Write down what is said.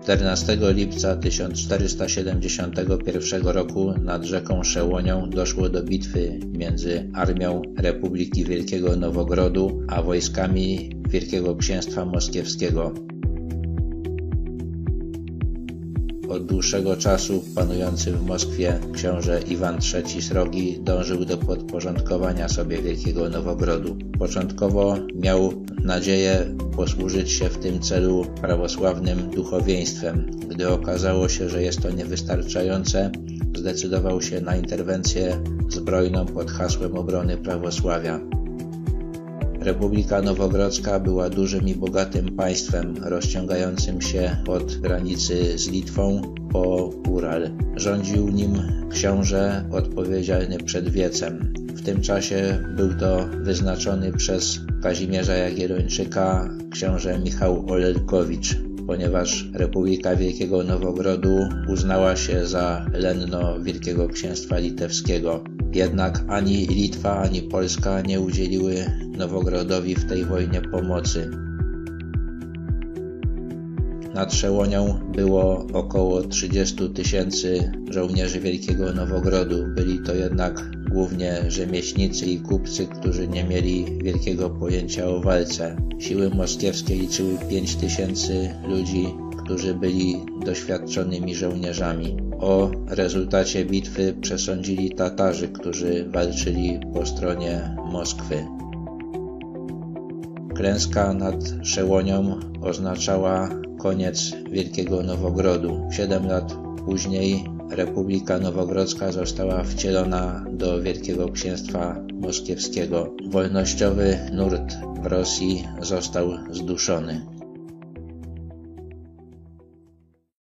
14 lipca 1471 roku nad rzeką Szełonią doszło do bitwy między Armią Republiki Wielkiego Nowogrodu a wojskami Wielkiego Księstwa Moskiewskiego. Od dłuższego czasu panujący w Moskwie książę Iwan III Srogi dążył do podporządkowania sobie Wielkiego Nowogrodu. Początkowo miał nadzieję posłużyć się w tym celu prawosławnym duchowieństwem. Gdy okazało się, że jest to niewystarczające, zdecydował się na interwencję zbrojną pod hasłem obrony prawosławia. Republika Nowogrodzka była dużym i bogatym państwem rozciągającym się od granicy z Litwą po Ural. Rządził nim książę odpowiedzialny przed wiecem. W tym czasie był to wyznaczony przez Kazimierza Jagiellończyka książę Michał Olelkowicz, ponieważ Republika Wielkiego Nowogrodu uznała się za lenno Wielkiego Księstwa Litewskiego. Jednak ani Litwa, ani Polska nie udzieliły Nowogrodowi w tej wojnie pomocy. Nad Szełonią było około 30 000 żołnierzy Wielkiego Nowogrodu. Byli to jednak głównie rzemieślnicy i kupcy, którzy nie mieli wielkiego pojęcia o walce. Siły moskiewskie liczyły 5 000 ludzi, którzy byli doświadczonymi żołnierzami. O rezultacie bitwy przesądzili Tatarzy, którzy walczyli po stronie Moskwy. Klęska nad Szełonią oznaczała koniec Wielkiego Nowogrodu. 7 lat później Republika Nowogrodzka została wcielona do Wielkiego Księstwa Moskiewskiego. Wolnościowy nurt w Rosji został zduszony.